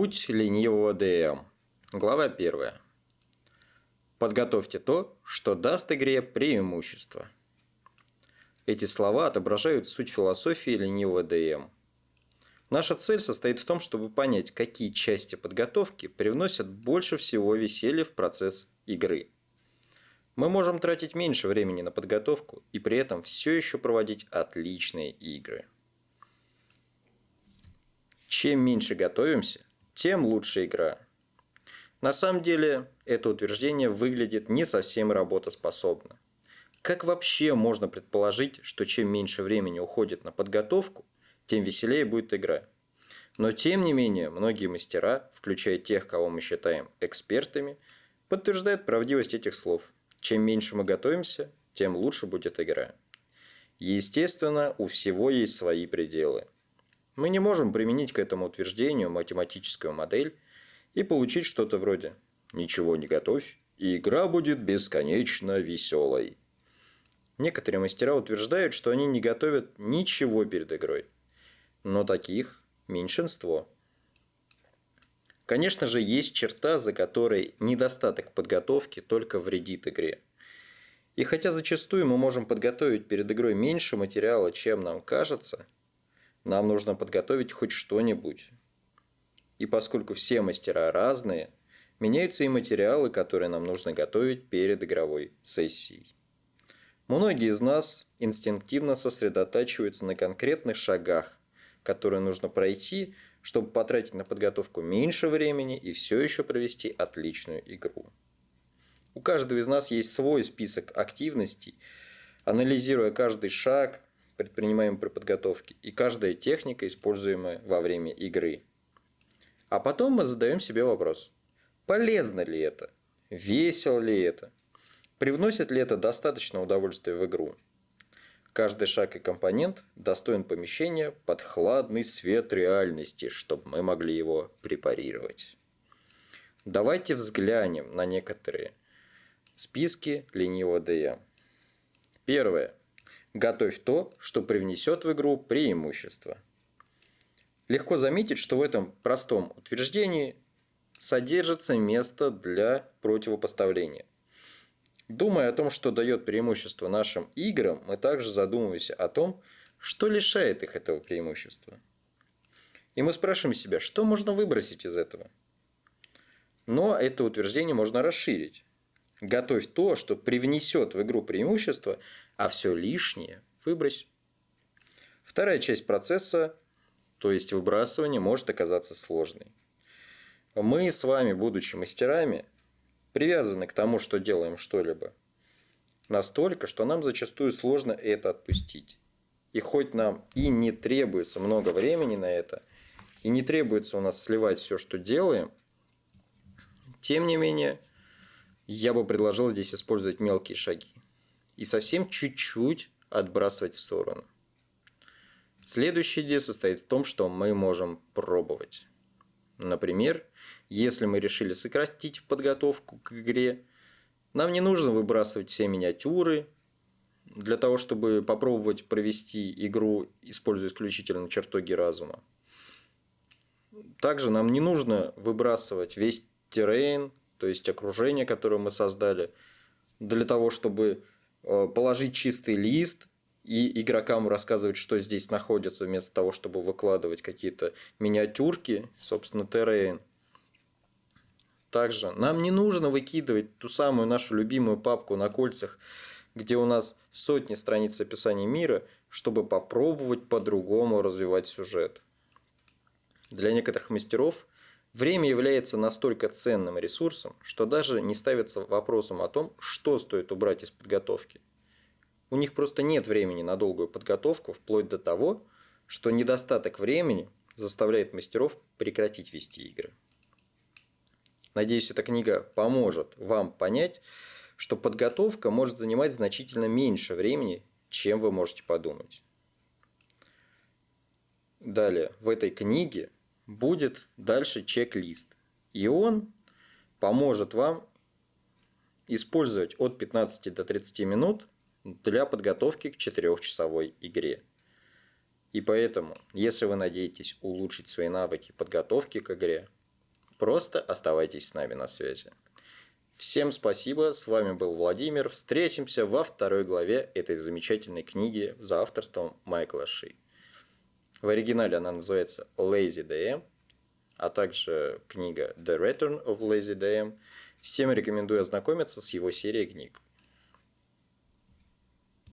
Путь ленивого ДМ. Глава 1. Подготовьте то, что даст игре преимущество. Эти слова отображают суть философии ленивого ДМ. Наша цель состоит в том, чтобы понять, какие части подготовки привносят больше всего веселья в процесс игры. Мы можем тратить меньше времени на подготовку и при этом все еще проводить отличные игры. Чем меньше готовимся, тем лучше игра. На самом деле, это утверждение выглядит не совсем работоспособно. Как вообще можно предположить, что чем меньше времени уходит на подготовку, тем веселее будет игра? Но тем не менее, многие мастера, включая тех, кого мы считаем экспертами, подтверждают правдивость этих слов. Чем меньше мы готовимся, тем лучше будет игра. Естественно, у всего есть свои пределы. Мы не можем применить к этому утверждению математическую модель и получить что-то вроде «ничего не готовь, и игра будет бесконечно веселой». Некоторые мастера утверждают, что они не готовят ничего перед игрой. Но таких меньшинство. Конечно же, есть черта, за которой недостаток подготовки только вредит игре. И хотя зачастую мы можем подготовить перед игрой меньше материала, чем нам кажется, нам нужно подготовить хоть что-нибудь. И поскольку все мастера разные, меняются и материалы, которые нам нужно готовить перед игровой сессией. Многие из нас инстинктивно сосредотачиваются на конкретных шагах, которые нужно пройти, чтобы потратить на подготовку меньше времени и все еще провести отличную игру. У каждого из нас есть свой список активностей, анализируя каждый шаг, предпринимаемый при подготовке, и каждая техника, используемая во время игры. А потом мы задаем себе вопрос: полезно ли это? Весело ли это? Привносит ли это достаточно удовольствия в игру? Каждый шаг и компонент достоин помещения под хладный свет реальности, чтобы мы могли его препарировать. Давайте взглянем на некоторые списки ленивого ДМ. Первое. Готовь то, что привнесет в игру преимущество. Легко заметить, что в этом простом утверждении содержится место для противопоставления. Думая о том, что дает преимущество нашим играм, мы также задумываемся о том, что лишает их этого преимущества. И мы спрашиваем себя, что можно выбросить из этого. Но это утверждение можно расширить. Готовь то, что привнесет в игру преимущество, а все лишнее выбрось. Вторая часть процесса, то есть выбрасывание, может оказаться сложной. Мы с вами, будучи мастерами, привязаны к тому, что делаем что-либо, настолько, что нам зачастую сложно это отпустить. И хоть нам и не требуется много времени на это, и не требуется у нас сливать все, что делаем, тем не менее, я бы предложил здесь использовать мелкие шаги и совсем чуть-чуть отбрасывать в сторону. Следующая идея состоит в том, что мы можем пробовать. Например, если мы решили сократить подготовку к игре, нам не нужно выбрасывать все миниатюры для того, чтобы попробовать провести игру, используя исключительно чертоги разума. Также нам не нужно выбрасывать весь террейн, то есть окружение, которое мы создали, для того, чтобы положить чистый лист и игрокам рассказывать, что здесь находится, вместо того, чтобы выкладывать какие-то миниатюрки, собственно, террейн. Также нам не нужно выкидывать ту самую нашу любимую папку на кольцах, где у нас сотни страниц описания мира, чтобы попробовать по-другому развивать сюжет. Для некоторых мастеров время является настолько ценным ресурсом, что даже не ставится вопросом о том, что стоит убрать из подготовки. У них просто нет времени на долгую подготовку, вплоть до того, что недостаток времени заставляет мастеров прекратить вести игры. Надеюсь, эта книга поможет вам понять, что подготовка может занимать значительно меньше времени, чем вы можете подумать. Далее, в этой книге будет дальше чек-лист, и он поможет вам использовать от 15 до 30 минут для подготовки к 4-часовой игре. И поэтому, если вы надеетесь улучшить свои навыки подготовки к игре, Просто оставайтесь с нами на связи. Всем спасибо, с вами был Владимир. Встретимся во второй главе этой замечательной книги за авторством Майкла Ши. В оригинале она называется Lazy DM, а также книга The Return of Lazy DM. Всем рекомендую ознакомиться с его серией книг.